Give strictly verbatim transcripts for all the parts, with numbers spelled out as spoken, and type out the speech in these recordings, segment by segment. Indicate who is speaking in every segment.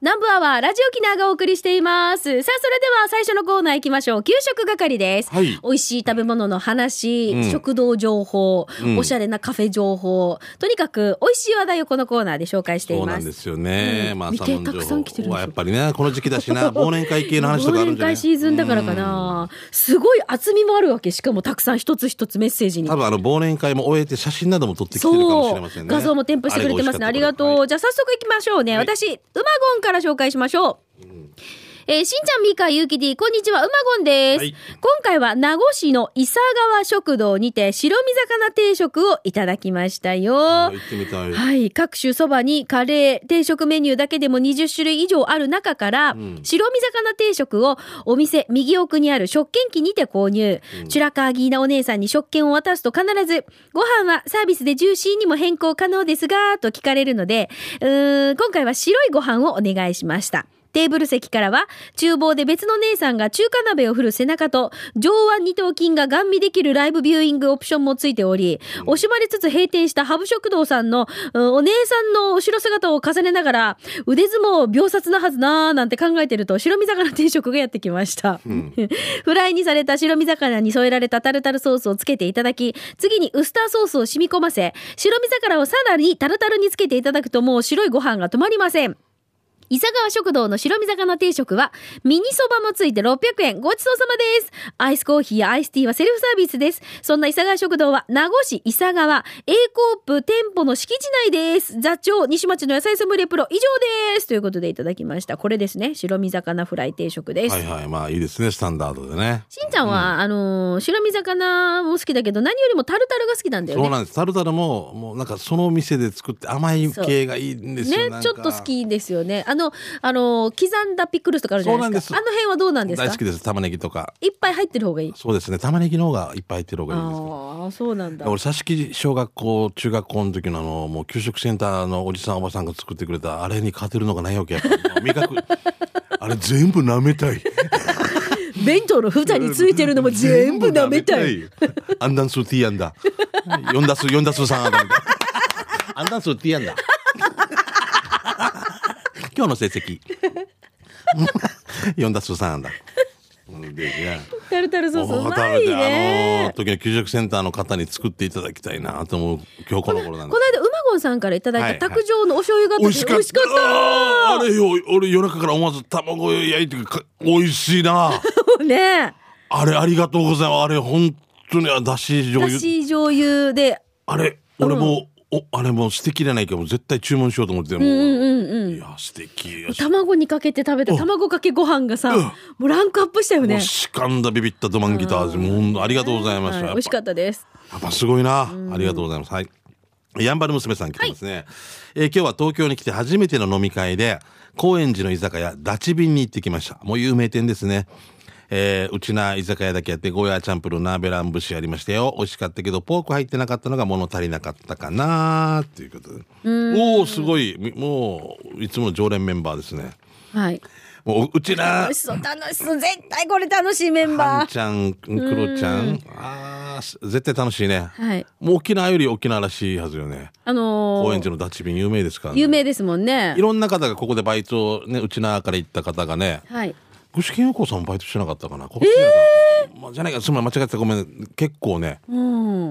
Speaker 1: 南部アワーラジオキナがお送りしています。さあ、それでは最初のコーナー行きましょう。給食係です、はい、美味しい食べ物の話、うん、食堂情報、うん、おしゃれなカフェ情報、とにかく美味しい話題をこのコーナーで紹介しています。
Speaker 2: そうなんですよね、うん、まあ、
Speaker 1: 見てたくさん来てるんですよ。
Speaker 2: やっぱりね、この時期だしな、忘年会系の話とかあるんじゃない。
Speaker 1: 忘年会シーズンだからかな、すごい厚みもあるわけ。しかもたくさん一つ一つメッセージに、
Speaker 2: 多分あの忘年会も終えて写真なども撮ってきてるかもしれませんね。
Speaker 1: 画像も添付してくれてますね。 あ, ありがとう、はい、じゃあ早速行きましょうね、はい、私うまごんから紹介しましょう、うんえー、しんちゃん、みーか、ゆうき D、こんにちは、うまごんです、はい、今回は名護市の伊佐川食堂にて白身魚定食をいただきましたよ。
Speaker 2: 行ってみたい。
Speaker 1: はい、各種そばにカレー定食メニューだけでもにじゅっしゅるい以上ある中から、うん、白身魚定食をお店右奥にある食券機にて購入、うん、チュラカーギーなお姉さんに食券を渡すと必ずご飯はサービスでジューシーにも変更可能ですがと聞かれるので、うーん今回は白いご飯をお願いしました。テーブル席からは厨房で別の姉さんが中華鍋を振る背中と上腕二頭筋がガン見できるライブビューイングオプションもついており、うん、惜しまれつつ閉店したハブ食堂さんの、うん、お姉さんの後ろ姿を重ねながら腕相撲秒殺なはずなーなんて考えてると白身魚定食がやってきました、うん、フライにされた白身魚に添えられたタルタルソースをつけていただき、次にウスターソースを染み込ませ白身魚をさらにタルタルにつけていただくともう白いご飯が止まりません。伊佐川食堂の白身魚定食はミニそばもついてろっぴゃくえん。ごちそうさまです。アイスコーヒーやアイスティーはセルフサービスです。そんな伊佐川食堂は名護市伊佐川 A コープ店舗の敷地内です。座長西町の野菜ソムリエプロ以上ですということでいただきました。これですね、白身魚フライ定食です。
Speaker 2: はいはい、まあいいですね、スタンダードでね。
Speaker 1: しんちゃんは、うん、あのー、白身魚も好きだけど何よりもタルタルが好きなんだよね。
Speaker 2: そうなんです。タルタルももうなんかその店で作って甘い系がいいんですよ
Speaker 1: ね。ちょっと好きですよね。あのあの刻んだピクルスとかあるじゃないですか。そうなんです。あの辺はどうなんですか。
Speaker 2: 大好きです。玉ねぎとか
Speaker 1: いっぱい入ってる方がいい。
Speaker 2: そうですね、玉ねぎの方がいっぱい入ってる方がいいです。
Speaker 1: ああ、そうなんだ。
Speaker 2: 俺佐敷小学校中学校の時のあのもう給食センターのおじさんおばさんが作ってくれたあれに勝てるのがないわけやっぱ味覚あれ全部舐めたい
Speaker 1: 弁当の蓋についてるのも全部舐めたい
Speaker 2: アンダンスーティーアンダよん打数よん打数さんアンダアンダンスーティーアンダ今日の成績よん打数さんアンダ
Speaker 1: タルタルソースうまいね。
Speaker 2: あの時の給食センターの方に作っていただきたいなと思う今日この頃なんです。
Speaker 1: この間うまごんさんからいただいた卓上のお醤油があって、はいはい、美味しかった。
Speaker 2: あれよ、俺夜中から思わず卵焼いて美味しいな
Speaker 1: ね。
Speaker 2: あれありがとうございます。あれ本当にだし醤油
Speaker 1: だし醤油で
Speaker 2: あれ俺も、うんおあれも素敵じゃないけど絶対注文しようと思ってもう、うんうんうん、いや素敵。
Speaker 1: 卵にかけて食べた卵かけご飯がさ、うん、もうランクアップしたよね。
Speaker 2: しかんだビビったドマンギターズもうありがとうございました、はい、
Speaker 1: 美味しかったです。
Speaker 2: やっぱすごいな、ありがとうございます。はい、やんばる娘さん来てますね、はい、えー、今日は東京に来て初めての飲み会で高円寺の居酒屋ダチビンに行ってきました。もう有名店ですね。えー、うちな居酒屋だけやってゴーヤーチャンプルナーベラン節ありましたよ。美味しかったけどポーク入ってなかったのが物足りなかったかなっていうことで、おおすごい、もういつもの常連メンバーですね。
Speaker 1: はい、
Speaker 2: もううちな
Speaker 1: 楽しそう楽しそう、絶対これ楽しいメンバー。
Speaker 2: はんちゃんクロちゃん、あ絶対楽しいね、
Speaker 1: はい、
Speaker 2: もう沖縄より沖縄らしいはずよね。
Speaker 1: あのー、
Speaker 2: 高円寺のダチビン有名ですからね。
Speaker 1: 有名ですもんね。
Speaker 2: いろんな方がここでバイトね、うちなから行った方がね、
Speaker 1: はい、
Speaker 2: 具志堅用高さんもバイトしてなかったかな。こっち
Speaker 1: えー、
Speaker 2: まあ、じゃないか、すみません間違ってたごめん。結構ね、
Speaker 1: うん、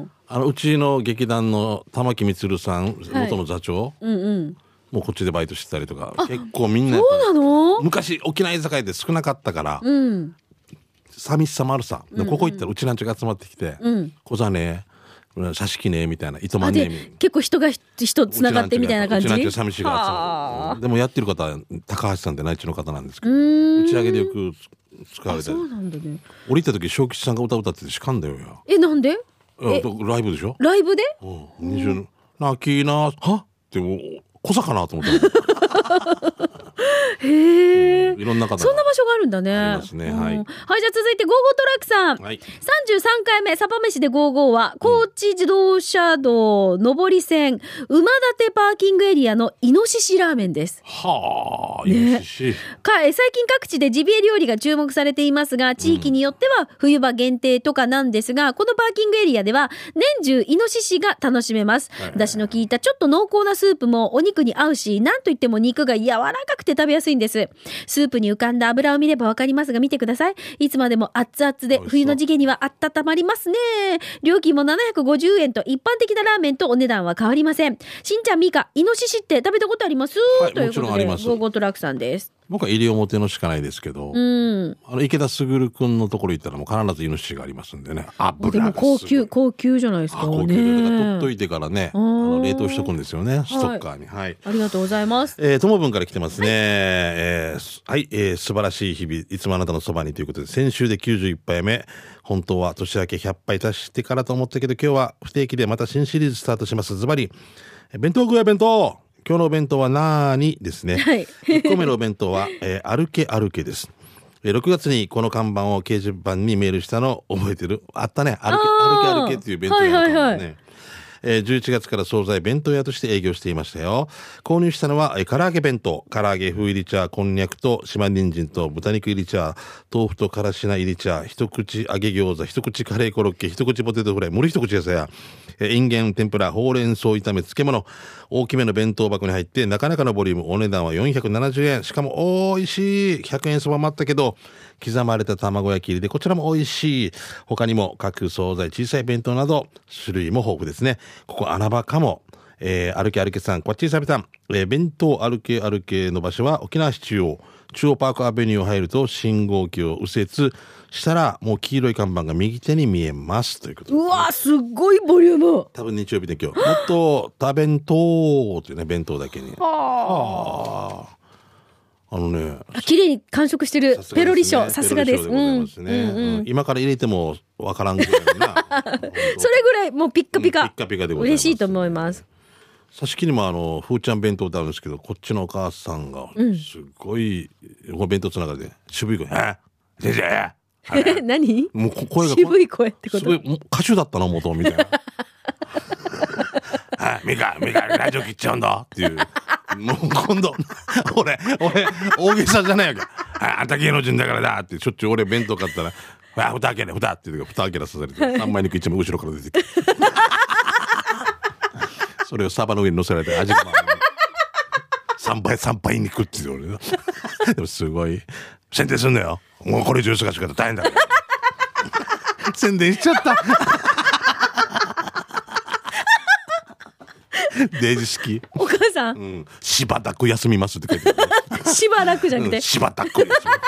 Speaker 2: あのうちの劇団の玉木充さん、元の座長、
Speaker 1: はい、うんうん、
Speaker 2: もうこっちでバイトしてたりとか、結構みんな
Speaker 1: そうなの。
Speaker 2: 昔沖縄居酒屋で少なかったから、
Speaker 1: うん、
Speaker 2: 寂しさもあるさ。でここ行ったらうちなんちが集まってきて、うん、小座ね写真ねみたいな糸満ねみ
Speaker 1: 結構人が人つながってみたいな感じ。
Speaker 2: うちなんち寂しいがでもやってる方は高橋さんって内地の方なんですけど、打ち上げでよく使われてる。
Speaker 1: そうなんだね。
Speaker 2: 降りた時小吉さんが歌歌っててしかんだよや。
Speaker 1: えなんで。
Speaker 2: えライブでしょ。
Speaker 1: ライブで、
Speaker 2: うん、にじゅう泣きなはってもう小坂かなと思った
Speaker 1: へえ、
Speaker 2: うん、いろんな方
Speaker 1: そんな場所があるんだね。
Speaker 2: ありますね、はい、
Speaker 1: はい、じゃあ続いてゴーゴートラックさん、はい、さんじゅうさんかいめサバ飯でゴーゴーは高知自動車道上り線馬立パーキングエリアのイノシシラーメンです。
Speaker 2: はあ、ね、イノシシ
Speaker 1: か最近各地でジビエ料理が注目されていますが、地域によっては冬場限定とかなんですが、うん、このパーキングエリアでは年中イノシシが楽しめます。だしの効いたちょっと濃厚なスープもお肉に合うし、なんといっても肉肉が柔らかくて食べやすいんです。スープに浮かんだ油を見ればわかりますが、見てください。いつまでも熱々で冬の時期には温まりますね。料金もななひゃくごじゅうえんと一般的なラーメンとお値段は変わりません。しんちゃん、みーか、イノシシって食べたことあります？
Speaker 2: はい、
Speaker 1: ということで、
Speaker 2: もちろんあります。
Speaker 1: ゴーゴートラックさんです。
Speaker 2: 僕は西表のしかないですけど、うん、あの池田卓くんのところ行ったらもう必ずイノシシがありますんでね。油
Speaker 1: でも高級高級じゃないですか。
Speaker 2: 高級でだから取っといてからね、あの冷凍しとくんですよね、ストッカーに。はい、はい、
Speaker 1: ありがとうございます。
Speaker 2: えー、ともぶんから来てますね。はい、えー、はい、えー、素晴らしい日々、いつもあなたのそばにということで、先週できゅうじゅういっぱいめ、本当は年明けひゃっぱい足してからと思ったけど、今日は不定期でまた新シリーズスタートします。ズバリ弁当食え弁当。今日のお弁当はなーにですね。はい、いっこめのお弁当は、えー、歩け歩けです。えー、ろくがつにこの看板を掲示板にメールしたの覚えてる？あったね。歩け歩け歩けっていう弁当屋の看板ね。はいはいはい、えー、じゅういちがつから惣菜弁当屋として営業していましたよ。購入したのは、えー、唐揚げ弁当、唐揚げ風入り茶、こんにゃくと島人参と豚肉入り茶、豆腐とからしな入り茶、一口揚げ餃子、一口カレーコロッケ、一口ポテトフライ、もう一口野菜や、えー、インゲン天ぷら、ほうれん草炒め、漬物、大きめの弁当箱に入って、なかなかのボリューム、お値段はよんひゃくななじゅうえん。しかも、おいしい。ひゃくえんそばもあったけど、刻まれた卵焼き入りで、こちらも美味しい。他にも各惣菜、小さい弁当など、種類も豊富ですね。ここ穴場かも。えー、歩け歩けさん、こっちさびさん、えー、弁当歩け歩けの場所は沖縄市中央、中央パークアベニューを入ると信号機を右折したらもう黄色い看板が右手に見えますということで、ね、
Speaker 1: うわすっごいボリューム。
Speaker 2: 多分日曜日で今日もっと食べんとっていうね、弁当だけに。はあ。あのね、
Speaker 1: 綺麗に完食してる、ね、ペロリ賞、さすがです。
Speaker 2: 今から入れてもわからんぐらいな
Speaker 1: それぐらいもうピッカピカ、
Speaker 2: うん、ピッカピカでございます。
Speaker 1: 嬉しいと思います。
Speaker 2: さしきにもあのふーちゃん弁当ってあるんですけど、こっちのお母さんがすごい、うん、お弁当つながりで渋い声、え先生
Speaker 1: 何
Speaker 2: もう声が
Speaker 1: 渋い声ってこと、
Speaker 2: すごい歌手だったの元みたいなあミカミカラジオ切っちゃうんだっていう、もう今度俺俺大げさじゃないわけあ, あんた芸能人だからだってしょっちゅう俺弁当買ったらあ蓋開けね蓋って言うから蓋開けらさせれてさんまい肉いちまい後ろから出てきてそれをサバの上に乗せられて味がさんばいさんばい肉って言う俺でもすごい宣伝すんだよ、もうこれ以上忙しかったら大変だから宣伝しちゃったデイジ式
Speaker 1: お母さん、
Speaker 2: うん、しばらく休みますって書いてある
Speaker 1: しばらくじゃなくて、
Speaker 2: うん、しばらく休み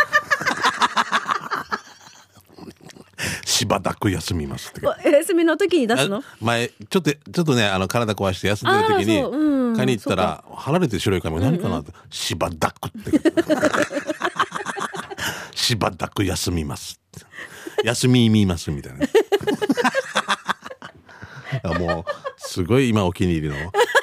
Speaker 2: しばらく休みますって書いてある。
Speaker 1: 休みの時に出すの？
Speaker 2: 前ちょっとちょっとねあの体壊して休んでる時に、うん、買いに行ったら離れて白い紙何かなって、うんうん、しばらくって書いてあるしばらく休みます休み見ますみたいなもうすごい今お気に入りの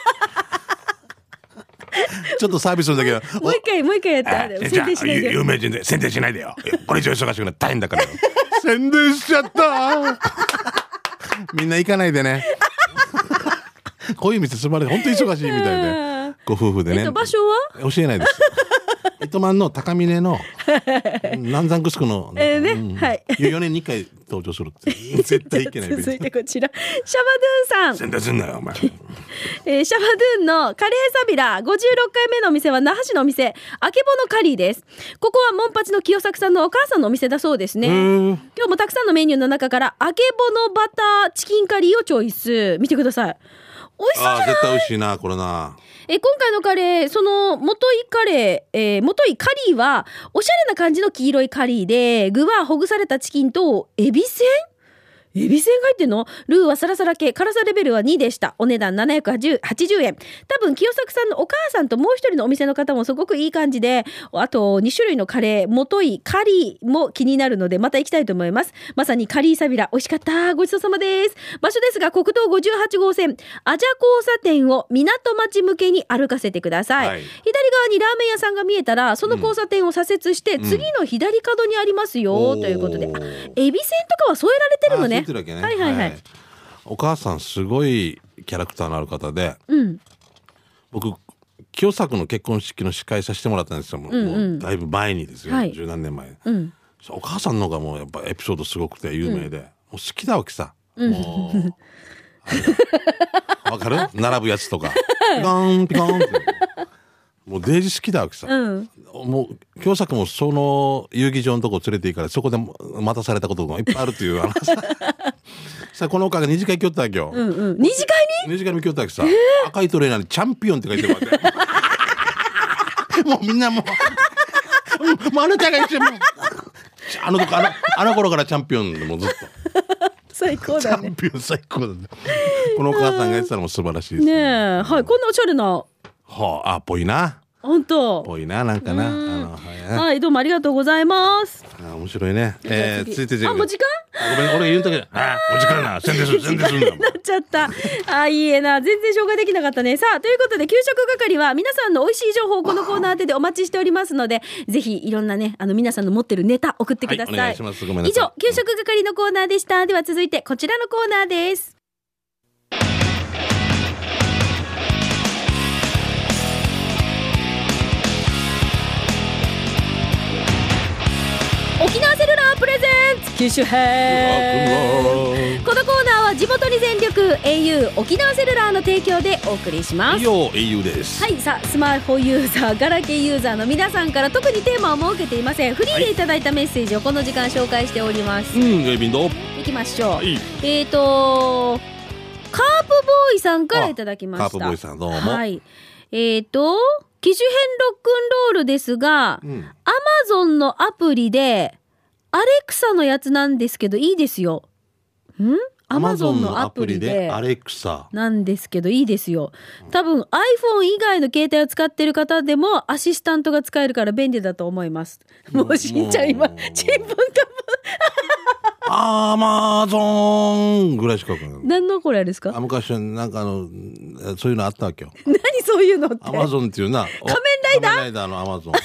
Speaker 2: ちょっとサービスするんだけど
Speaker 1: もう一回もう一回やって宣伝しないで
Speaker 2: 有名人で宣伝しないでよこれ以上忙しくなった大変だからよ宣伝しちゃったみんな行かないでねこういう店すまれ本当に忙しいみたいでご夫婦でね、
Speaker 1: えっと、場所は
Speaker 2: 教えないです糸満の高峰の南山城の、
Speaker 1: えーねうんはい、
Speaker 2: よねんにいっかい登場するって絶対いけない
Speaker 1: 続いてこちらシャバドゥンさん
Speaker 2: 宣伝すんなよお前
Speaker 1: えー、シャバドゥンのカレーサビラごじゅうろっかいめのお店は那覇市のお店あけぼのカリーです。ここはモンパチの清作さんのお母さんのお店だそうですね。今日もたくさんのメニューの中からあけぼのバターチキンカリーをチョイス。見てください、美味しそうじゃない？
Speaker 2: あ絶対美味しいなこれな。
Speaker 1: え今回のカレー、その元いカレー、えー、元いカリーはおしゃれな感じの黄色いカリーで、具はほぐされたチキンとエビせんエビせんが入ってんの？ルーはサラサラ系、辛さレベルはにでした。お値段ななひゃくはちじゅうえん。多分清作さんのお母さんともう一人のお店の方もすごくいい感じで、あとに種類のカレー、元いカリーも気になるのでまた行きたいと思います。まさにカリーサビラ美味しかった。ごちそうさまです。場所ですが国道ごじゅうはちごうせんアジャ交差点を港町向けに歩かせてください、はい、左側にラーメン屋さんが見えたらその交差点を左折して次の左角にありますよ、うん、ということで、あエビせんとかは添えられてるのね。
Speaker 2: ね
Speaker 1: はいはいはい、
Speaker 2: お母さんすごいキャラクターのある方で、
Speaker 1: うん、
Speaker 2: 僕清作の結婚式の司会させてもらったんですよ、うんうん、もうだいぶ前にですよ、はい、十何年前、うん、お母さんの方がもうやっぱエピソードすごくて有名で、うん、もう好きだわけさ、うん、もうわかる並ぶやつとかピコーンピコーンってもうデイジ好きだわけさ、
Speaker 1: うん、
Speaker 2: もう京作もその遊戯場のとこ連れて行かれそこで待たされたことがいっぱいあるっていう話さあこのおかげ二次会来よったわけよ、
Speaker 1: うんうん、二次会に
Speaker 2: 二次会に来よったわけさ、えー、赤いトレーナーにチャンピオンって書いてるわけもうみんなもう、うん、もうあなたが一緒もあのあのあの頃からチャンピオンでもうずっと
Speaker 1: 最高だね。
Speaker 2: チャンピオン最高だね。このお母さんがやってたのも素晴らしいです
Speaker 1: ね。ねえ、はい、こんなおしゃれな。は
Speaker 2: あ、あ、ぽいな。
Speaker 1: 本当。
Speaker 2: ぽいな、なんかな。あの、
Speaker 1: はい、はい、どうもありがとうございます。
Speaker 2: あ、面白いね。えー、続いて、
Speaker 1: あ、もう時間。
Speaker 2: ごめん、俺言うとき、あ、お時間な、宣伝する、宣伝するんだ。
Speaker 1: なっちゃった。あ、いいえな、全然紹介できなかったね。さあ、ということで、給食係は皆さんの美味しい情報をこのコーナー宛てでお待ちしておりますので、ぜひいろんなね、あの皆さんの持ってるネタ送ってください。はい、お願いします。ごめんなさい。以上、給食係のコーナーでした。では続いてこちらのコーナーです。沖縄セルラープレゼンツ機種編。このコーナーは地元に全力 エーユー 沖縄セルラーの提供でお送りします。
Speaker 2: いいよ エーユー です。
Speaker 1: はい、さあスマホユーザーガラケーユーザーの皆さんから特にテーマを設けていません。フリーでいただいたメッセージをこの時間紹介しております。
Speaker 2: うん、エビンド
Speaker 1: いきましょう、はい、えーとカープボーイさんからいただきました。
Speaker 2: カープボーイさんどうも。
Speaker 1: はい、えーと機種編ロックンロールですが、うん、Amazon のアプリでアレクサのやつなんですけどいいですよ。ん？Amazon のアプリで
Speaker 2: アレクサ
Speaker 1: なんですけどいいですよ。多分 iPhone 以外の携帯を使っている方でもアシスタントが使えるから便利だと思います。もうしんちゃん今ちんぷんかぷん
Speaker 2: アマゾンぐらいしか分からない。
Speaker 1: 何のこれですか？
Speaker 2: あ、昔はなんかあのそういうのあったわけよ。
Speaker 1: 何そういうのって？
Speaker 2: アマゾンっていうな、
Speaker 1: 仮面ライダー？
Speaker 2: 仮面ライダーのアマゾン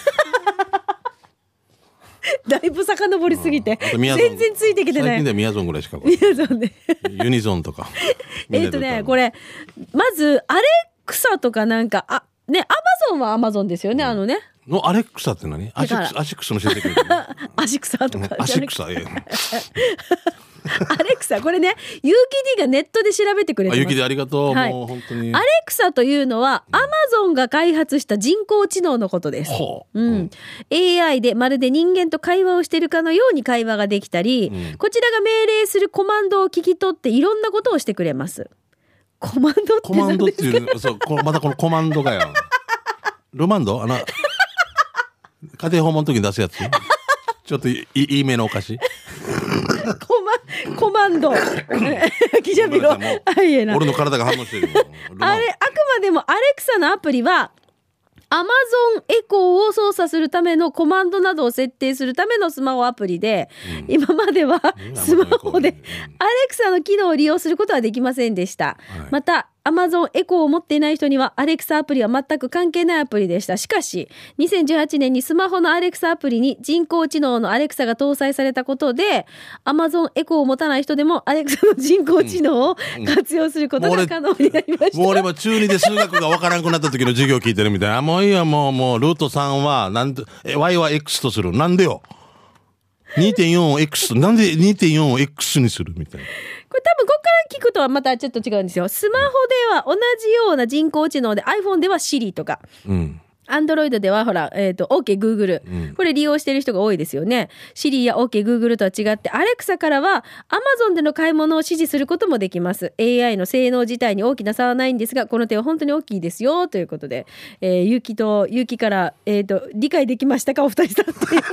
Speaker 1: だいぶ遡りすぎて全然ついてきてない。
Speaker 2: 最近ではミヤゾンぐらいしか。
Speaker 1: ミヤゾンで
Speaker 2: ユニゾンとか
Speaker 1: えっとねこれまずアレクサとかなんかあねアマゾンはアマゾンですよね、うん、あのね
Speaker 2: のアレクサって何？アシックスアシックスの教えてくれる
Speaker 1: アシックサとか
Speaker 2: アシックサ
Speaker 1: アレクサこれねユーキーディーがネットで調べてくれてます。
Speaker 2: ユーキーディーありがとう、はい、もう本当に
Speaker 1: アレクサというのは、うん、アマゾンが開発した人工知能のことです、うんうん、エーアイ でまるで人間と会話をしているかのように会話ができたり、うん、こちらが命令するコマンドを聞き取っていろんなことをしてくれます。コマンドって
Speaker 2: コマンドっていうそうこまたこのコマンドがよロマンドあの家庭訪問の時に出すやつちょっといいめのお菓子
Speaker 1: コマコマンドキジャビロ
Speaker 2: 俺の体が反応してる
Speaker 1: あれあくまでもアレクサのアプリはアマゾンエコーを操作するためのコマンドなどを設定するためのスマホアプリで、うん、今まではスマホでアレクサの機能を利用することはできませんでした、はい、またアマゾンエコーを持っていない人にはアレクサアプリは全く関係ないアプリでした。しかしにせんじゅうはちねんにスマホのアレクサアプリに人工知能のアレクサが搭載されたことでアマゾンエコーを持たない人でもアレクサの人工知能を活用することが可能になりました。
Speaker 2: もう俺も中にで数学がわからんくなった時の授業聞いてるみたいなもういいやもうもうルートさんはなんで Y は X とするなんでよ にてんよん を X なんで にてんよん を X にするみたいな。
Speaker 1: これ多分ここから聞くとはまたちょっと違うんですよ。スマホでは同じような人工知能で iPhone では Siri とか、うん、Android ではほら、えーと、OK Google、うん、これ利用してる人が多いですよね。Siri や OK Google とは違ってアレクサからは Amazon での買い物を指示することもできます。 エーアイ の性能自体に大きな差はないんですがこの点は本当に大きいですよということで、えー、ゆうきとゆうきから、えーと、理解できましたかお二人さんっていう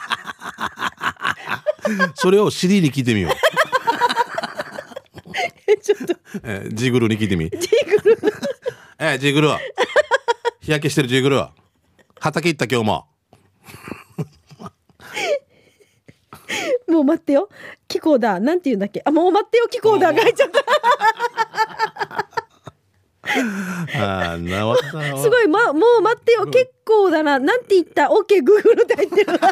Speaker 2: それを Siri に聞いてみよう
Speaker 1: ちょっと、
Speaker 2: えー、ジグルに聞いてみ
Speaker 1: ジグル
Speaker 2: えー、ジグルは日焼けしてるジグルは畑行った今日も
Speaker 1: もう待ってよキコーダーなんて言うんだっけあもう待ってよキコーダーが入っちゃったあなわすごい、ま、もう待ってよ結構だななんて言った OK Google って入ってる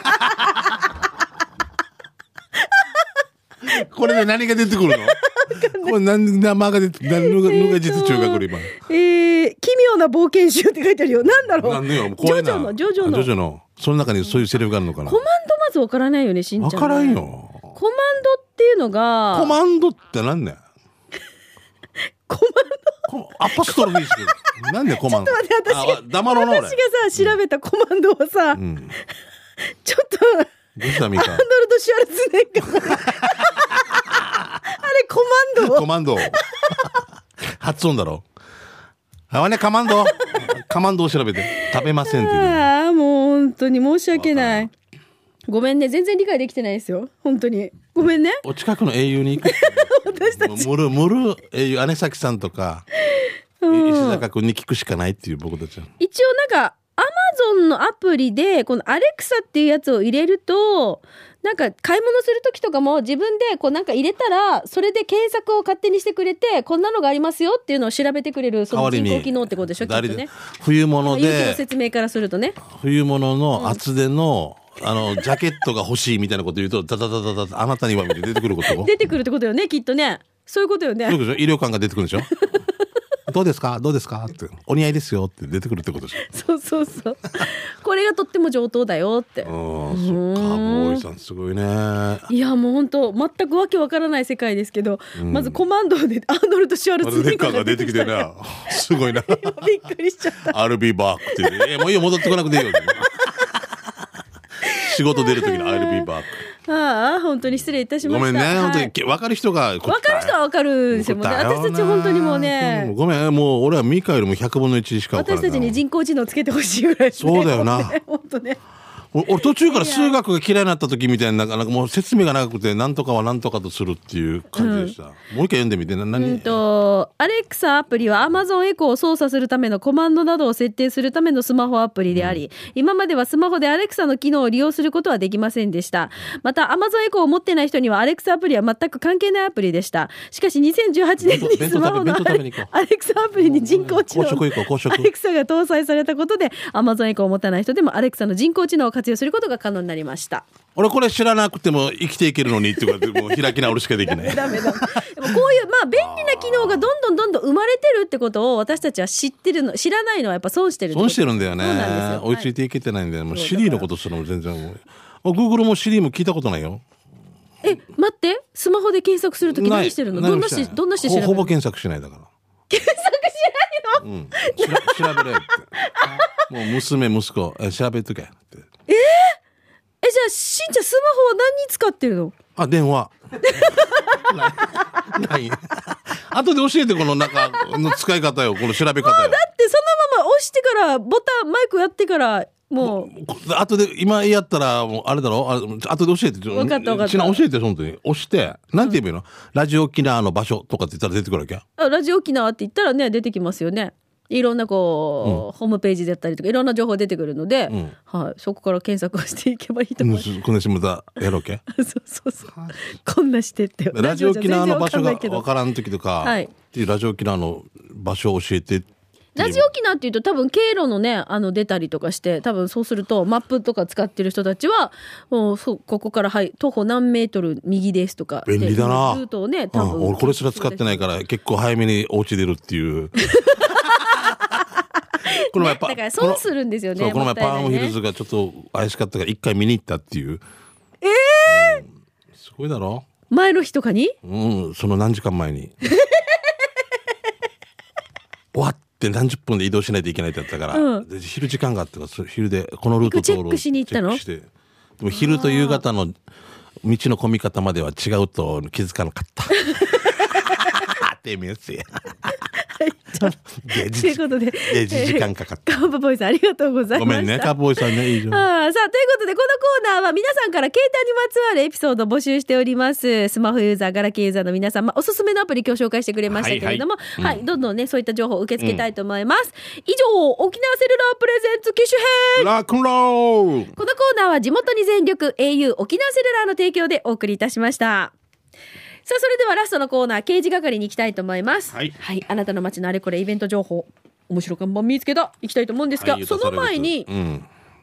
Speaker 2: これで何が出てくるのこれ何生が出て何のが実中学今
Speaker 1: えー、奇妙な冒険集って書いてあるよなんだろう
Speaker 2: なんでよ
Speaker 1: ジョジョのジョジョの
Speaker 2: ジョジョのその中にそういうセリフがあるのかな。
Speaker 1: コマンドまずわからないよねしんちゃん。
Speaker 2: わからんよ。
Speaker 1: コマンドっていうのが
Speaker 2: コマンドってなんだよ
Speaker 1: コマンド
Speaker 2: アポストロフィーしてる。なんでコマンド。
Speaker 1: ちょっと待って、私が、
Speaker 2: 黙ろうな俺
Speaker 1: 私がさ、調べたコマンドをさ、
Speaker 2: うん、
Speaker 1: ちょっと、
Speaker 2: どうしたミカ。
Speaker 1: アーノルド・シュワルツェネッガー。あれ、コマンド
Speaker 2: コマンド。発音だろ。あわね、カマンド。カマンドを調べて。食べませんっていう。
Speaker 1: ああ、もう本当に申し訳ない。ごめんね、全然理解できてないですよ。本当に。ごめんね。
Speaker 2: お近くの英雄に行く。
Speaker 1: 私たち。
Speaker 2: むるむる英雄、姉崎さんとか、石坂君に聞くしかないっていう僕たちは。
Speaker 1: 一応なんか、アマゾンのアプリで、このアレクサっていうやつを入れると、なんか買い物するときとかも自分でこうなんか入れたら、それで検索を勝手にしてくれて、こんなのがありますよっていうのを調べてくれる、その人工機能ってことでしょ、きっとね。
Speaker 2: 冬物で、
Speaker 1: 雪の説明からするとね。
Speaker 2: 冬物の厚手の、うん、あの、ジャケットが欲しいみたいなこと言うと、ダダダダダ、あなたには見て出てくること
Speaker 1: 出てくるってことよね、きっとね。そういうことよね。
Speaker 2: そういうことでしょ、医療官が出てくるんでしょどうですかどうですかってお似合いですよって出てくるってことでしょ。
Speaker 1: そうそうそう。これがとっても上等だよって。
Speaker 2: ああ、そっか、ボーイさんすごいね。
Speaker 1: いやもう本当全くわけわからない世界ですけど、うん、まずコマンドでアーノルド・シュワルツェネッガーが出てきてな、
Speaker 2: すごいな。
Speaker 1: びっくりしちゃった。
Speaker 2: I'll be back って、えもういいよ戻ってこなくていいよ。仕事出るときの I'll be back。
Speaker 1: ああ、本当に失礼いたしました。
Speaker 2: ごめんね、
Speaker 1: はい、
Speaker 2: 本当に分かる人が
Speaker 1: 分かる人は分かるんですよ。もうね、私たち本当にもうね、
Speaker 2: ごめん、もう俺はミカよりもひゃくぶんのいちしか分からない。
Speaker 1: 私たちに人工知能つけてほしいぐらいですね。
Speaker 2: そうだよな。
Speaker 1: 本当ね。
Speaker 2: 俺途中から数学が嫌いになった時みたいな、なんかもう説明が長くてなんとかはなんとかとするっていう感じでした、うん、もう一回読んでみて。何、
Speaker 1: うんとアレクサアプリは Amazon エコーを操作するためのコマンドなどを設定するためのスマホアプリであり、うん、今まではスマホでアレクサの機能を利用することはできませんでした。また Amazon エコーを持ってない人にはアレクサアプリは全く関係ないアプリでした。しかしにせんじゅうはちねんにスマホのアレクサアプリに人工知能アレクサが搭載されたことで Amazon エコーを持たない人でもアレクサの人工知能を活用することが可能になりました。
Speaker 2: 俺これ知らなくても生きていけるのにっていうか、もう開き直るしかできない。
Speaker 1: ダメダメ。でもこういうまあ便利な機能がどんどんどんどん生まれてるってことを私たちは知ってるの、知らないのはやっぱ損してる。
Speaker 2: 損してるんだよね。
Speaker 1: そうなんですよ。
Speaker 2: 追いついていけてないんだよ。もうシリのことするのも全然もう。Google もシリも聞いたことないよ。
Speaker 1: え、待って、スマホで検索するとき何してるの？どんなしどんなして調べるの？
Speaker 2: ほぼ検索しないだから。
Speaker 1: 検索しないの？
Speaker 2: うん。調べれって。もう娘息子え調べとけって。
Speaker 1: えーえ、じゃあしんちゃんスマホは何に使ってるの？
Speaker 2: あ、電話。ない。後で教えて、この中の使い方よ、この調べ方よ。
Speaker 1: だってそのまま押してからボタンマイクやってからもう
Speaker 2: 後で今やったらもうあれだろ、あ後で教えて。
Speaker 1: 分かった分かった。
Speaker 2: ちな教えて、本当に押してなんて言えばいいの、うん、ラジオ沖縄の場所とかって言ったら出てくるわけ。
Speaker 1: あ、ラジオ沖縄って言ったらね出てきますよね。いろんなこう、うん、ホームページだったりとかいろんな情報出てくるので、うん、はい、そこから検索をしていけばいいと思います。
Speaker 2: こんなしまたやろうけ。
Speaker 1: そうそうそう。こんなしてって
Speaker 2: ラジオ沖縄の場所が分からん時とか、はい、ラジオ沖縄の場所を教えて。
Speaker 1: ラジオ沖縄っていうと多分経路のねあの出たりとかして多分そうするとマップとか使ってる人たちはもうそうここから、はい、徒歩何メートル右ですとか
Speaker 2: 便利だな。
Speaker 1: ルートをね多分、
Speaker 2: うん、俺これすら使ってないから結構早めにお家出るっていうこの前、ね、
Speaker 1: だから損するんですよね。
Speaker 2: この前パームヒルズがちょっと怪しかったから一回見に行ったっていう。
Speaker 1: えー
Speaker 2: うん、すごいだろ。
Speaker 1: 前の日とかに、
Speaker 2: うん、その何時間前に終わって何十分で移動しないといけないってやったから、うん、で昼時間があったから昼でこのルート
Speaker 1: チェックしに行ったの。
Speaker 2: でも昼と夕方の道の混み方までは違うと気づかなかったってみやすい
Speaker 1: はい、ということで、
Speaker 2: デジ時間かかった。
Speaker 1: カープボーイさんありがとうございました。
Speaker 2: ごめんね、カープボーイさんね、いいじゃん。
Speaker 1: あさあということでこのコーナーは皆さんから携帯にまつわるエピソードを募集しております。スマホユーザー、ガラケーユーザーの皆さん、まあ、おすすめのアプリ今日紹介してくれましたけれども、はい、はいはい、どんどんねそういった情報を受け付けたいと思います。うん、以上、沖縄セルラープレゼンツ機種編
Speaker 2: ラックンロール。
Speaker 1: このコーナーは地元に全力 エーユー 沖縄セルラーの提供でお送りいたしました。さあそれではラストのコーナー刑事係に行きたいと思います。はい、はい、あなたの街のあれこれイベント情報面白看板見つけた行きたいと思うんですが、はい、その前に、うん、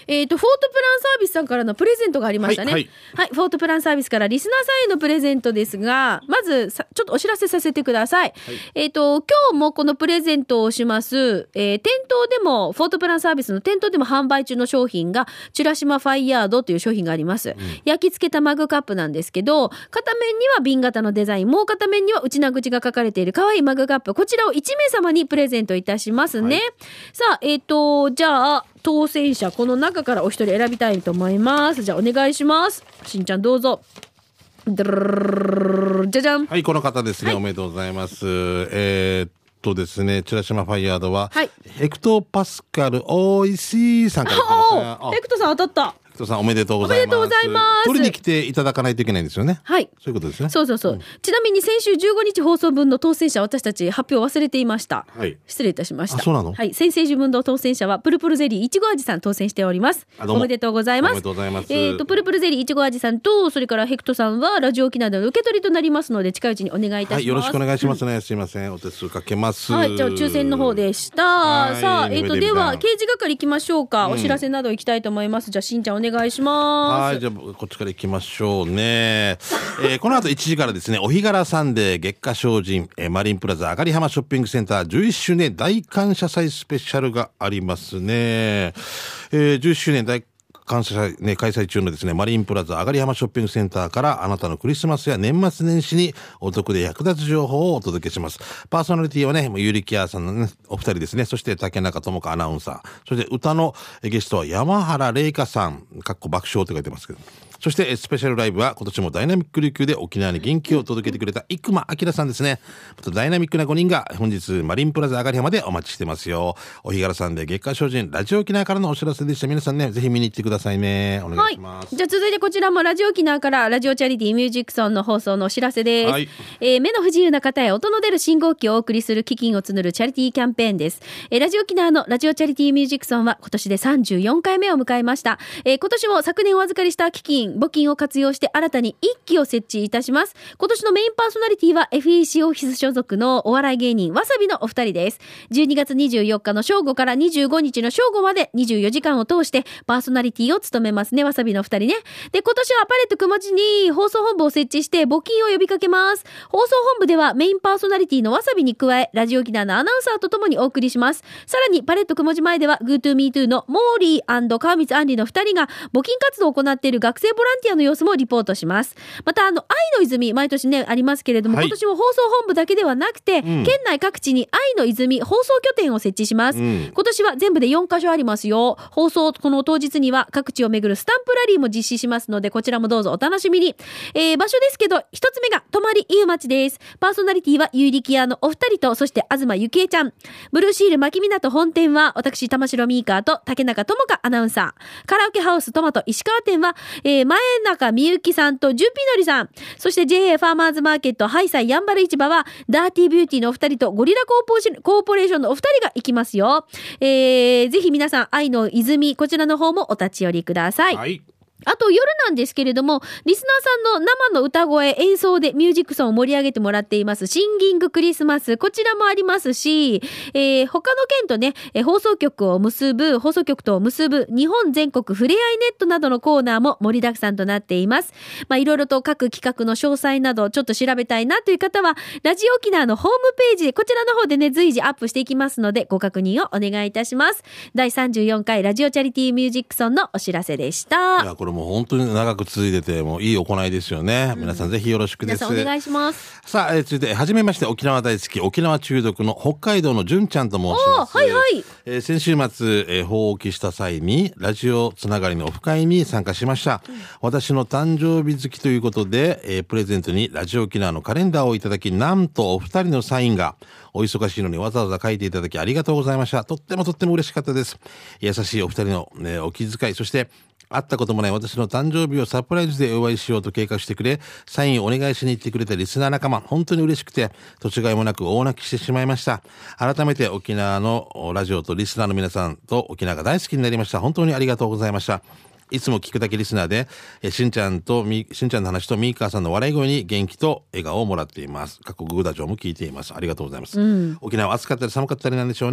Speaker 1: えっ、ー、とフォートプランサービスさんからのプレゼントがありましたね。はい、はいはい、フォートプランサービスからリスナーさんへのプレゼントですが、まずさちょっとお知らせさせてください。はい、えっ、ー、と今日もこのプレゼントをします、えー、店頭でもフォートプランサービスの店頭でも販売中の商品がチュラシマファイヤードという商品があります。うん、焼き付けたマグカップなんですけど、片面には瓶型のデザイン、もう片面には内な口が書かれている可愛いマグカップ、こちらをいちめいさまにプレゼントいたしますね。はい、さあ、えっ、ー、とじゃあ当選者この中からお一人選びたいと思います。じゃあお願いします。しんちゃんどうぞ。じゃじゃん。
Speaker 2: はい、この方ですね、はい、おめでとうございます。えー、っとですね、チュラシマファイヤードは、はい、ヘクトパスカルおいしいさんから来ました。
Speaker 1: ヘクトさん当たった。
Speaker 2: さんおめでとうございます。
Speaker 1: おめでとうございます。
Speaker 2: 取りに来ていただかないといけないんですよね。
Speaker 1: はい。
Speaker 2: そういうことですね。
Speaker 1: そうそうそう。うん、ちなみに先週じゅうごにち放送分の当選者、私たち発表忘れていました。はい。失礼いたしました。
Speaker 2: あ、そうなの？
Speaker 1: はい。先々週分の当選者はプルプルゼリーいちご味さん当選しております。おめでとうございます。
Speaker 2: おめでとうございます。
Speaker 1: えっとプルプルゼリーいちご味さんと、それからヘクトさんはラジオ沖縄での受け取りとなりますので、近いうちにお願いいたします。はい。
Speaker 2: よろしくお願いしますね。うん、すいません。お手数かけます。
Speaker 1: はい。じゃあ抽選の方でした。はい、さあ、えっとでは刑事係行きましょうか。うん、お知らせなど行きたいと思います。じゃあしんちゃんお願いします。
Speaker 2: はい。じゃあこっちから行きましょうね。えー、この後いちじからですね、お日柄サンデー月下精進、えー、マリンプラザあがり浜ショッピングセンターじゅういっしゅうねん大感謝祭スペシャルがありますね。えー、じゅういっしゅうねん大感謝祭、ね、開催中のですね、マリンプラザあがり浜ショッピングセンターからあなたのクリスマスや年末年始にお得で役立つ情報をお届けします。パーソナリティはね、ゆりきやさんのね、お二人ですね。そして竹中智香アナウンサー。そして歌のゲストは山原玲香さん、かっこ爆笑って書いてますけど。そしてスペシャルライブは今年もダイナミック琉球で沖縄に元気を届けてくれた生間明さんですね。またダイナミックなごにんが本日マリンプラザあがり浜でお待ちしてますよ。お日柄さんで月下精進ラジオ沖縄からのお知らせでした。皆さんね、ぜひ見に行ってくださいね。お願いします。
Speaker 1: はい、じゃあ続いてこちらもラジオ沖縄からラジオチャリティーミュージックソンの放送のお知らせです。はい、えー、目の不自由な方へ音の出る信号機をお送りする基金を募るチャリティーキャンペーンです。えー、ラジオ沖縄のラジオチャリティーミュージックソンは今年でさんじゅうよんかいめを迎えました。えー、今年も昨年お預かりした基金募金を活用して新たにいっきを設置いたします。今年のメインパーソナリティは エフイーシー オフィス所属のお笑い芸人わさびのお二人です。じゅうにがつにじゅうよっかの正午からにじゅうごにちの正午までにじゅうよじかんを通してパーソナリティを務めますね。わさびのお二人ね。で、今年はパレット熊地に放送本部を設置して募金を呼びかけます。放送本部ではメインパーソナリティのわさびに加えラジオ沖縄のアナウンサーとともにお送りします。さらにパレット熊地前では GoToMeToo のモーリー&川光あんりの二人が募金活動を行っている学生ボランティアの様子もリポートします。またあの愛の泉毎年ねありますけれども、はい、今年も放送本部だけではなくて、うん、県内各地に愛の泉放送拠点を設置します。うん、今年は全部でよんかしょありますよ。放送この当日には各地を巡るスタンプラリーも実施しますので、こちらもどうぞお楽しみに。えー、場所ですけど一つ目が泊いゆ町です。パーソナリティはゆりきやのお二人と、そして東ゆきえちゃん。ブルーシール牧港本店は私玉城ミーカーと竹中智香アナウンサー。カラオケハウストマト石川店は、えー、前中みゆきさんとジュピノリさん。そして ジェーエー ファーマーズマーケットハイサイやんばる市場はダーティービューティーのお二人とゴリラコーポーコーポレーションのお二人が行きますよ。えー、ぜひ皆さん愛の泉こちらの方もお立ち寄りください。はい。あと夜なんですけれども、リスナーさんの生の歌声演奏でミュージックソンを盛り上げてもらっていますシンギングクリスマス、こちらもありますし、えー、他の県とね、えー、放送局を結ぶ放送局と結ぶ日本全国ふれあいネットなどのコーナーも盛りだくさんとなっています。まあいろいろと各企画の詳細などちょっと調べたいなという方はラジオ沖縄のホームページこちらの方でね随時アップしていきますのでご確認をお願いいたします。だいさんじゅうよんかいラジオチャリティーミュージックソンのお知らせでした。
Speaker 2: いやこれもう本当に長く続いててもういい行いですよね、うん、皆さんぜひよろしくです。
Speaker 1: 皆さんお願いします。
Speaker 2: さあ、えー、続いてはじめまして沖縄大好き沖縄中毒の北海道の純ちゃんと申します。
Speaker 1: はいはい、
Speaker 2: えー、先週末、えー、訪沖した際にラジオつながりのオフ会に参加しました、うん、私の誕生日月ということで、えー、プレゼントにラジオ沖縄のカレンダーをいただき、なんとお二人のサインがお忙しいのにわざわざ書いていただきありがとうございました。とってもとっても嬉しかったです。優しいお二人の、ね、お気遣い、そして会ったこともない私の誕生日をサプライズでお祝いしようと計画してくれ、サインをお願いしに行ってくれたリスナー仲間、本当に嬉しくて土地がいもなく大泣きしてしまいました。改めて沖縄のラジオとリスナーの皆さんと沖縄が大好きになりました。本当にありがとうございました。いつも聞くだけリスナーで、えしんちゃんとみしんちゃんの話とミーカーさんの笑い声に元気と笑顔をもらっています。過去グーダジョーも聞いています。ありがとうございます、うん、沖縄暑かったり寒かったりなんでしょうね。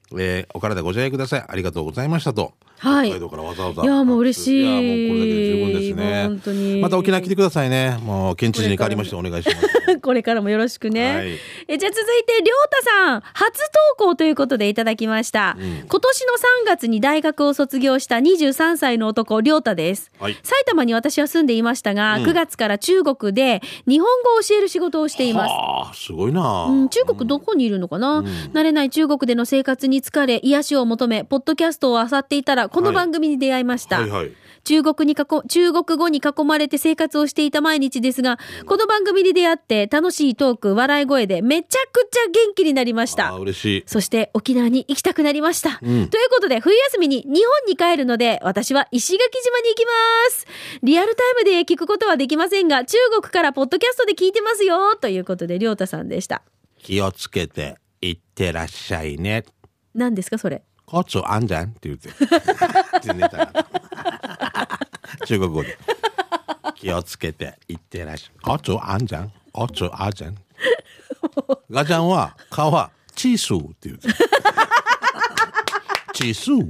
Speaker 2: えー、お体ご自愛ください。ありがとうございましたと。
Speaker 1: はい。
Speaker 2: 北海道からわざわざ。
Speaker 1: いやもう嬉しい。
Speaker 2: いやもうこれだけで十分ですね。
Speaker 1: 本当に。
Speaker 2: また沖縄来てくださいね。もう県知事に代わりましてお願いします。
Speaker 1: これからもよろしくね。はい、えじゃあ続いてりょうたさん初投稿ということでいただきました。うん、今年のさんがつに大学を卒業したにじゅうさんさいの男りょうたです。はい、埼玉に私は住んでいましたが、うん、くがつから中国で日本語を教える仕事をしています。
Speaker 2: はあ、すごいな、
Speaker 1: うん。中国どこにいるのかな、うん、慣れない中国での生活に疲れ癒しを求めポッドキャストを漁っていたらこの番組に出会いました。はいはいはい、中国に囲中国語に囲まれて生活をしていた毎日ですが、この番組に出会って楽しいトーク笑い声でめちゃくちゃ元気になりました。
Speaker 2: あ、嬉しい。
Speaker 1: そして沖縄に行きたくなりました、うん、ということで冬休みに日本に帰るので私は石垣島に行きます。リアルタイムで聞くことはできませんが中国からポッドキャストで聞いてますよということでりょうたさんでした。
Speaker 2: 気をつけて行ってらっしゃいね。
Speaker 1: 何ですかそれ。
Speaker 2: 交通安全って言ってってネタ中国語で気をつけて行ってらっしゃい。交通安全交通安全ガチャンは顔はチースーって言ってチースー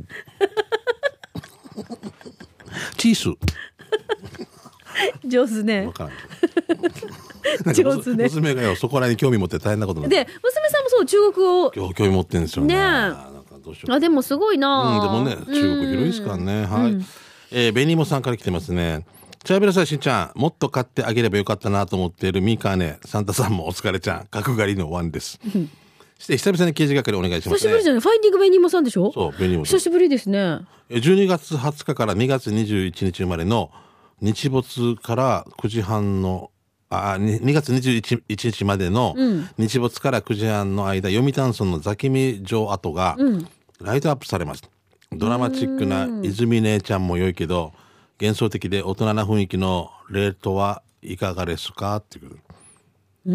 Speaker 2: チースー
Speaker 1: 上手ね。
Speaker 2: 分からん上手ね。娘がよそこらに興味持って大変なことになって
Speaker 1: で娘さんもそう中国語
Speaker 2: 興味持ってるんですよね。ね
Speaker 1: あでもすごいな、
Speaker 2: うん、でもね中国広いですからね。はい、うん、えー、ベニモさんから来てますね。チャーベラさんしんちゃんもっと買ってあげればよかったなと思っているミーカーネサンタさんもお疲れちゃん角刈りのワンです。して久々に刑事係お願いします、ね、
Speaker 1: 久しぶりじゃない。ファインディングベニモさんでしょ。
Speaker 2: そうベニモ
Speaker 1: 久しぶりですね。
Speaker 2: じゅうにがつはつかからにがつにじゅういちにち生まれの日没からくじはんのあにがつにじゅういちにちまでの日没からくじはんの間、読谷村の座喜味城跡がライトアップされます。ドラマチックな泉姉ちゃんも良いけど幻想的で大人な雰囲気のレートはいかがですかっていう。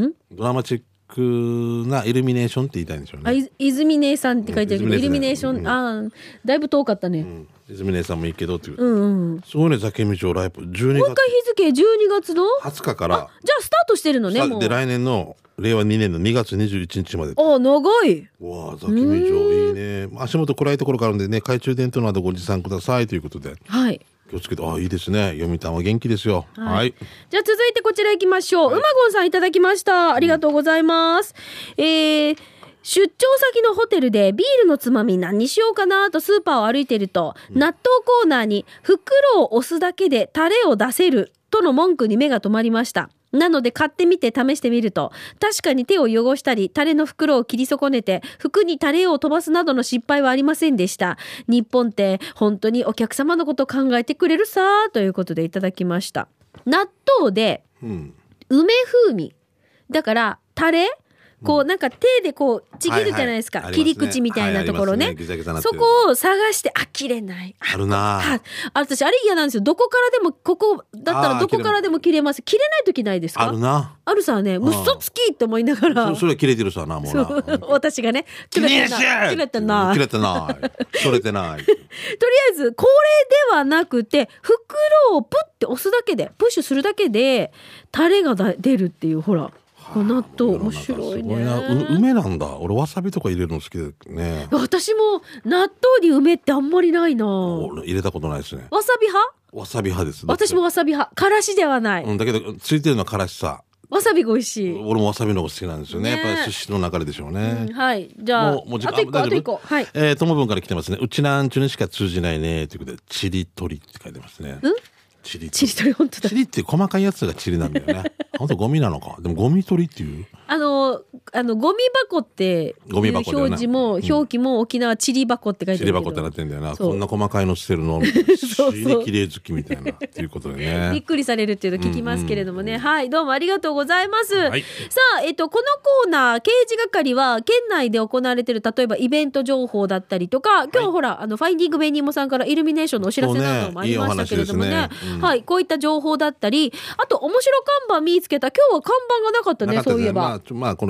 Speaker 2: んドラマチックなイルミネーションって言いたいんでしょうね。
Speaker 1: あ、泉姉さんって書いてあるけど、イルミネーション、うん、あだいぶ遠かったね。うん、
Speaker 2: 泉姉さんもいいけどっていう。
Speaker 1: うんうん、
Speaker 2: すごいね。座喜味城ライブじゅうにがつ
Speaker 1: もう一回日付じゅうにがつの
Speaker 2: はつかから。
Speaker 1: じゃあスタートしてるのね。もう
Speaker 2: で来年のれいわにねんのにがつにじゅういちにちまで。
Speaker 1: あ、長い。
Speaker 2: わあ、座喜味城いいね。足元暗いところからあるんでね、懐中電灯などご持参くださいということで。はい。気をつけて。あ、いいですね。読谷は元気ですよ。はい。はい、
Speaker 1: じゃあ続いてこちら行きましょう。はい、うまごんさんいただきました。ありがとうございます。うん、えー。出張先のホテルでビールのつまみ何にしようかなとスーパーを歩いていると、うん、納豆コーナーに袋を押すだけでタレを出せるとの文句に目が留まりました。なので買ってみて試してみると確かに手を汚したりタレの袋を切り損ねて服にタレを飛ばすなどの失敗はありませんでした。日本って本当にお客様のことを考えてくれるさということでいただきました。納豆で梅風味だからタレこうなんか手でこうちぎるじゃないですか、はいはい、切り口みたいなところね、はいね、そこを探してあ切れない
Speaker 2: あるなあ。
Speaker 1: 私あれ嫌なんですよ。どこからでもここだったらどこからでも切れます。切れない時ないですか。
Speaker 2: あるな
Speaker 1: あるさね。嘘つきって思いながら
Speaker 2: そ, それは切れてるさなもうな
Speaker 1: 私がね
Speaker 2: 切れてない
Speaker 1: 切れてない
Speaker 2: 切れてないそれてない
Speaker 1: とりあえずこれではなくて袋をプッて押すだけでプッシュするだけでタレが出るっていうほら納豆面白いね。
Speaker 2: う梅なんだ。俺わさびとか入れるの好きでね。
Speaker 1: 私も納豆に梅ってあんまりないな。
Speaker 2: 入れたことないですね。
Speaker 1: わさび派？
Speaker 2: わさび派です。
Speaker 1: 私もわさび派。からしではない。
Speaker 2: うん、だけどついてるのはからしさ。
Speaker 1: わさびが美味しい。
Speaker 2: 俺もわさびの方が好きなんですよね。ねやっぱり寿司の中でしょうね。
Speaker 1: うん、はい。じゃあもうもう時間あと一個あと一個。はい。え
Speaker 2: ー、ともぶんから来てますね。うちなんちゅにしか通じないねということでチリ取りって書いてますね。
Speaker 1: うん？チリチリ取り本当だ。
Speaker 2: チリって細かいやつがチリなんだよね。本当ゴミなのか。でもゴミ取りっていう。
Speaker 1: あのあのゴミ箱って
Speaker 2: ゴミ箱
Speaker 1: 表示も、うん、表記も沖縄チリ箱って書いてるけど。チリ箱
Speaker 2: ってなってんだよな。こんな細かいのしてるの。そうそう。綺麗好きみたいなっていうことでね。
Speaker 1: びっくりされるっていうの聞きますけれどもね。うんうん、はいどうもありがとうございます。はい、さあえっとこのコーナー刑事係は県内で行われている例えばイベント情報だったりとか今日ほら、はい、あのファインディングベニモさんからイルミネーションのお知らせなどもありましたけれどもね。ねいいねうん、はいこういった情報だったりあと面白看板見つけた今日は看板がなかったねそういえば。
Speaker 2: まあ、まあ、この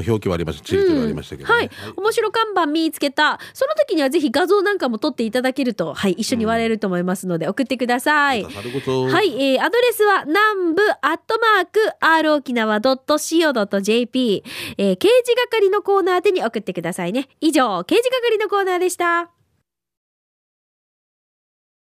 Speaker 2: 表記はありました、地理はありましたけど、ね、
Speaker 1: うん、はい、はい、面白看板見つけたその時にはぜひ画像なんかも撮っていただけると、はい、一緒に割れると思いますので送ってください、うん、はい、えー、アドレスは南部アットマーク r 沖縄 .co.jp、えー、刑事係のコーナーでに送ってくださいね。以上刑事係のコーナーでした。